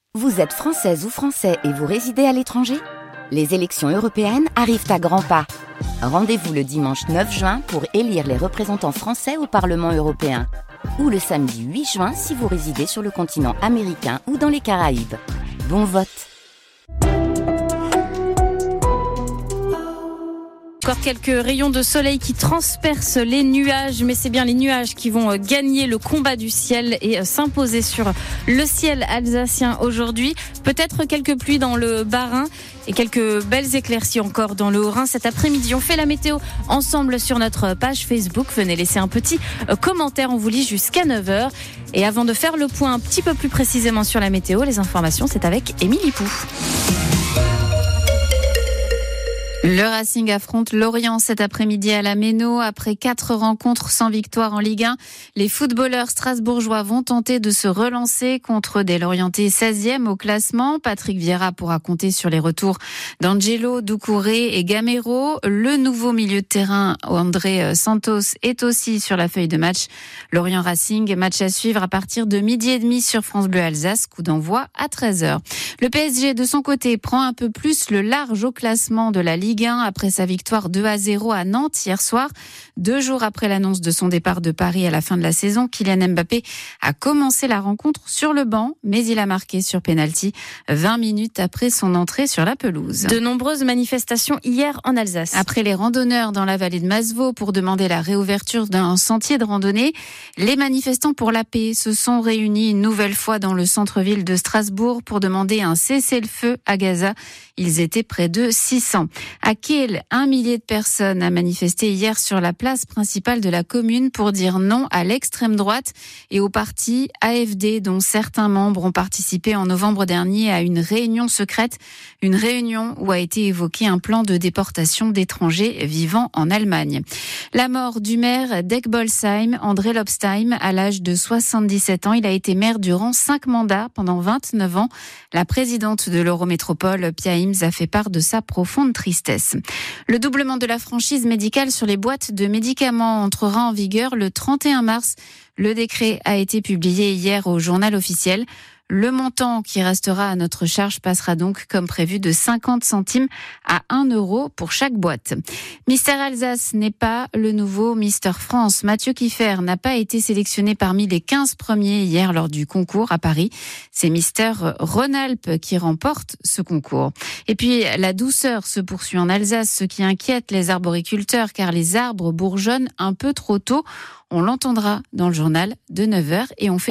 Vous êtes française ou français et vous résidez à l'étranger ? Les élections européennes arrivent à grands pas. Rendez-vous le dimanche 9 juin pour élire les représentants français au Parlement européen. Ou le samedi 8 juin si vous résidez sur le continent américain ou dans les Caraïbes. Bon vote! Encore quelques rayons de soleil qui transpercent les nuages, mais c'est bien les nuages qui vont gagner le combat du ciel et s'imposer sur le ciel alsacien aujourd'hui. Peut-être quelques pluies dans le Bas-Rhin et quelques belles éclaircies encore dans le Haut-Rhin cet après-midi. On fait la météo ensemble sur notre page Facebook. Venez laisser un petit commentaire, on vous lit jusqu'à 9h. Et avant de faire le point un petit peu plus précisément sur la météo, les informations, c'est avec Émilie Pou. Le Racing affronte Lorient cet après-midi à la Méno. Après 4 rencontres sans victoire en Ligue 1, les footballeurs strasbourgeois vont tenter de se relancer contre des Lorientais 16e au classement. Patrick Vieira pourra compter sur les retours d'Angelo, Doucouré et Gamero. Le nouveau milieu de terrain, André Santos, est aussi sur la feuille de match. Lorient Racing, match à suivre à partir de 12h30 sur France Bleu Alsace. Coup d'envoi à 13h. Le PSG, de son côté, prend un peu plus le large au classement de la Ligue 1 après sa victoire 2-0 à Nantes hier soir. 2 jours après l'annonce de son départ de Paris à la fin de la saison, Kylian Mbappé a commencé la rencontre sur le banc, mais il a marqué sur pénalty 20 minutes après son entrée sur la pelouse. De nombreuses manifestations hier en Alsace. Après les randonneurs dans la vallée de Masevaux pour demander la réouverture d'un sentier de randonnée, les manifestants pour la paix se sont réunis une nouvelle fois dans le centre-ville de Strasbourg pour demander un cessez-le-feu à Gaza. Ils étaient près de 600. À Kiel, 1 millier de personnes a manifesté hier sur la place principale de la commune pour dire non à l'extrême droite et au parti AFD dont certains membres ont participé en novembre dernier à une réunion secrète. Une réunion où a été évoqué un plan de déportation d'étrangers vivant en Allemagne. La mort du maire d'Egbolsheim, André Lobsheim, à l'âge de 77 ans. Il a été maire durant 5 mandats pendant 29 ans. La présidente de l'Eurométropole, Pia Ims, a fait part de sa profonde tristesse. Le doublement de la franchise médicale sur les boîtes de médicaments entrera en vigueur le 31 mars. Le décret a été publié hier au journal officiel. Le montant qui restera à notre charge passera donc, comme prévu, de 50 centimes à 1 euro pour chaque boîte. Mister Alsace n'est pas le nouveau Mister France. Mathieu Kiffer n'a pas été sélectionné parmi les 15 premiers hier lors du concours à Paris. C'est Mister Rhône-Alpes qui remporte ce concours. Et puis, la douceur se poursuit en Alsace, ce qui inquiète les arboriculteurs car les arbres bourgeonnent un peu trop tôt. On l'entendra dans le journal de 9h et on fait